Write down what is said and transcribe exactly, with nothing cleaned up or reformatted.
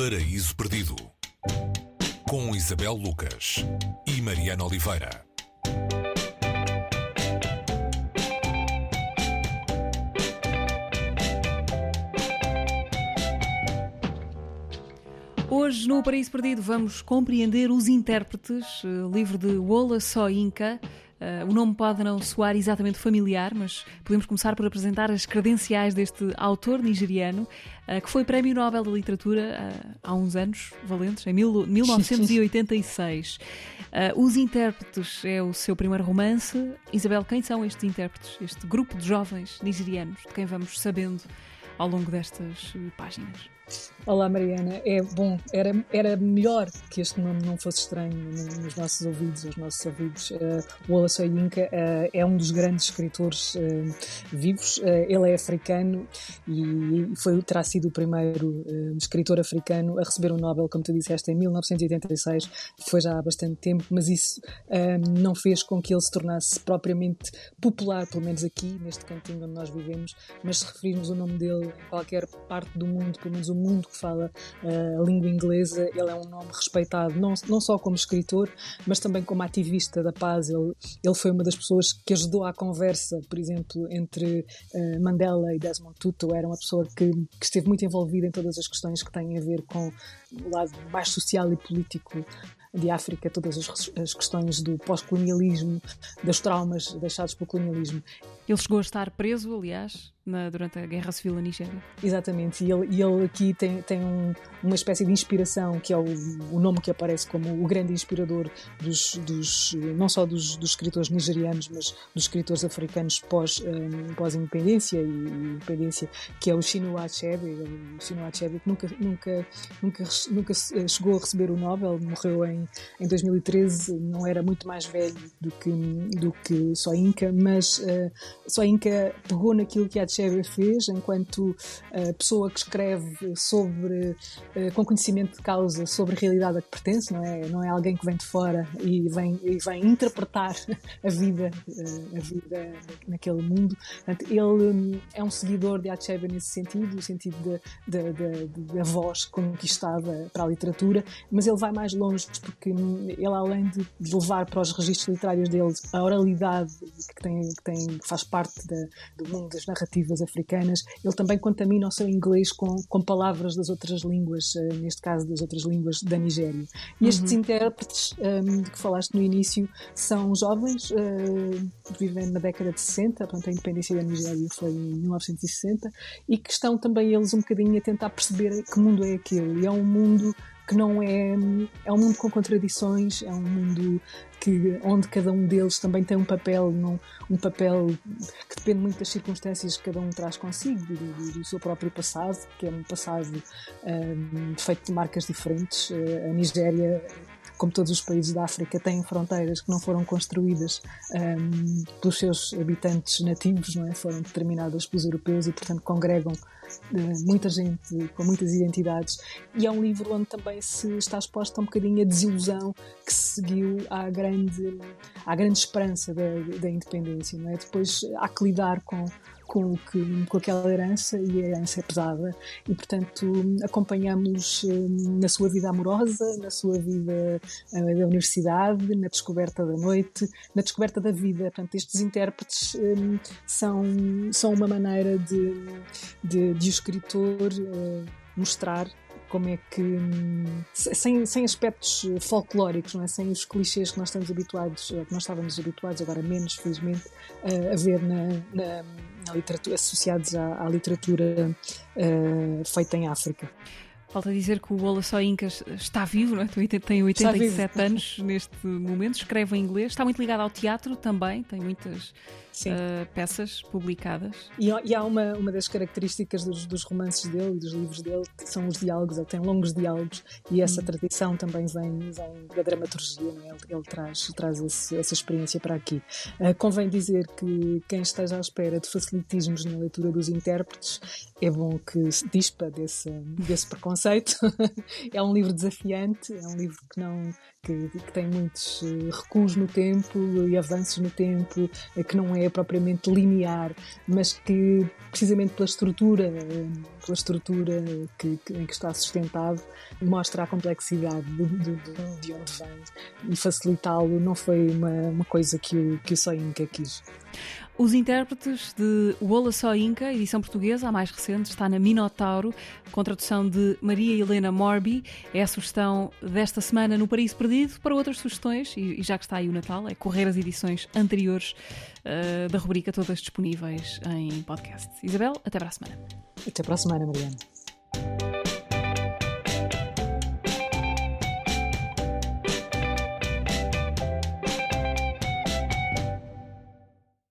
Paraíso Perdido, com Isabel Lucas e Mariana Oliveira. Hoje, no Paraíso Perdido, vamos compreender os intérpretes, livro de Wole Soyinka. Uh, o nome pode não soar exatamente familiar, mas podemos começar por apresentar as credenciais deste autor nigeriano, uh, que foi Prémio Nobel da Literatura uh, há uns anos valentes, em mil, mil novecentos e oitenta e seis. Uh, os Intérpretes é o seu primeiro romance. Isabel, quem são estes intérpretes, este grupo de jovens nigerianos, de quem vamos sabendo ao longo destas uh, páginas? Olá Mariana, é bom, era, era melhor que este nome não fosse estranho nos nossos ouvidos, aos nossos ouvidos. Uh, Wole Soyinka uh, é um dos grandes escritores uh, vivos. Uh, ele é africano e foi, terá sido o primeiro uh, escritor africano a receber o Nobel, como tu disseste, em mil novecentos e oitenta e seis. Foi já há bastante tempo, mas isso uh, não fez com que ele se tornasse propriamente popular, pelo menos aqui, neste cantinho onde nós vivemos. Mas se referirmos o nome dele em qualquer parte do mundo, pelo menos o mundo que fala uh, a língua inglesa, ele é um nome respeitado, não, não só como escritor, mas também como ativista da paz. Ele, ele foi uma das pessoas que ajudou à conversa, por exemplo, entre uh, Mandela e Desmond Tutu. Era uma pessoa que, que esteve muito envolvida em todas as questões que têm a ver com o lado mais social e político de África, todas as, as questões do pós-colonialismo, dos traumas deixados pelo colonialismo. Ele chegou a estar preso, aliás, na, durante a Guerra Civil na Nigéria. Exatamente, e ele, e ele aqui tem, tem um, uma espécie de inspiração, que é o, o nome que aparece como o grande inspirador dos, dos, não só dos, dos escritores nigerianos, mas dos escritores africanos pós, um, pós-independência e, e independência, que é o Chinua Achebe. O Chinua Achebe que nunca, nunca, nunca, nunca chegou a receber o Nobel, morreu em, em dois mil e treze, não era muito mais velho do que, do que Soyinka, mas uh, Soyinka pegou naquilo que a Achebe fez enquanto uh, pessoa que escreve sobre, uh, com conhecimento de causa sobre a realidade a que pertence, não é, não é alguém que vem de fora e vem, e vem interpretar a vida, uh, a vida naquele mundo. Portanto, ele um, é um seguidor de Achebe nesse sentido, no sentido da voz conquistada para a literatura, mas ele vai mais longe porque ele, além de levar para os registros literários dele a oralidade que, tem, que, tem, que faz parte da, do mundo das narrativas africanas, ele também contamina o seu inglês com, com palavras das outras línguas, uh, neste caso das outras línguas da Nigéria. E estes uhum. intérpretes um, de que falaste no início são jovens, uh, vivem na década de sessenta, portanto a independência da Nigéria foi em mil novecentos e sessenta, e que estão também eles um bocadinho a tentar perceber que mundo é aquele. E é um mundo que não é... é um mundo com contradições, é um mundo que, onde cada um deles também tem um papel, num, um papel que depende muito das circunstâncias que cada um traz consigo, do, do, do seu próprio passado, que é um passado um, feito de marcas diferentes. Uh, a Nigéria, como todos os países da África, têm fronteiras que não foram construídas um, pelos seus habitantes nativos, não é? Foram determinadas pelos europeus e, portanto, congregam uh, muita gente com muitas identidades. E é um livro onde também se está exposta um bocadinho a desilusão que se seguiu à grande, à grande esperança da, da independência, não é? Depois há que lidar com Com, que, com aquela herança, e a herança é pesada, e portanto acompanhamos um, na sua vida amorosa, na sua vida uh, da universidade, na descoberta da noite, na descoberta da vida. Portanto, estes intérpretes um, são, são uma maneira de, de, de o escritor uh, mostrar como é que, sem, sem aspectos folclóricos, não é? Sem os clichês que nós estamos habituados, que nós estávamos habituados, agora menos, felizmente, a ver na, na, na literatura, associados à, à literatura uh, feita em África. Falta dizer que o Wole Soyinka está vivo, não é? Tem oitenta e sete anos neste momento, escreve em inglês, está muito ligado ao teatro também, tem muitas uh, peças publicadas. E, e há uma, uma das características dos, dos romances dele, dos livros dele, que são os diálogos. Ele tem longos diálogos e essa hum. tradição também vem, vem da dramaturgia, não é? Ele, ele traz, traz esse, essa experiência para aqui. Uh, convém dizer que quem esteja à espera de facilitismos na leitura dos intérpretes, é bom que se dispa desse, desse preconceito conceito. É um livro desafiante, é um livro que não que, que tem muitos recuos no tempo e avanços no tempo, que não é propriamente linear, mas que precisamente pela estrutura, pela estrutura que, que, em que está sustentado, mostra a complexidade de, de, de onde vem, e facilitá-lo não foi uma, uma coisa que o, que o Soyinka quis. Os Intérpretes de Wola Soyinka, edição portuguesa, a mais recente, está na Minotauro, com tradução de Maria Helena Morbi. É a sugestão desta semana no Paraíso Perdido. Para outras sugestões, e já que está aí o Natal, é correr as edições anteriores uh, da rubrica, todas disponíveis em podcast. Isabel, até para a semana. Até para a semana, Mariana.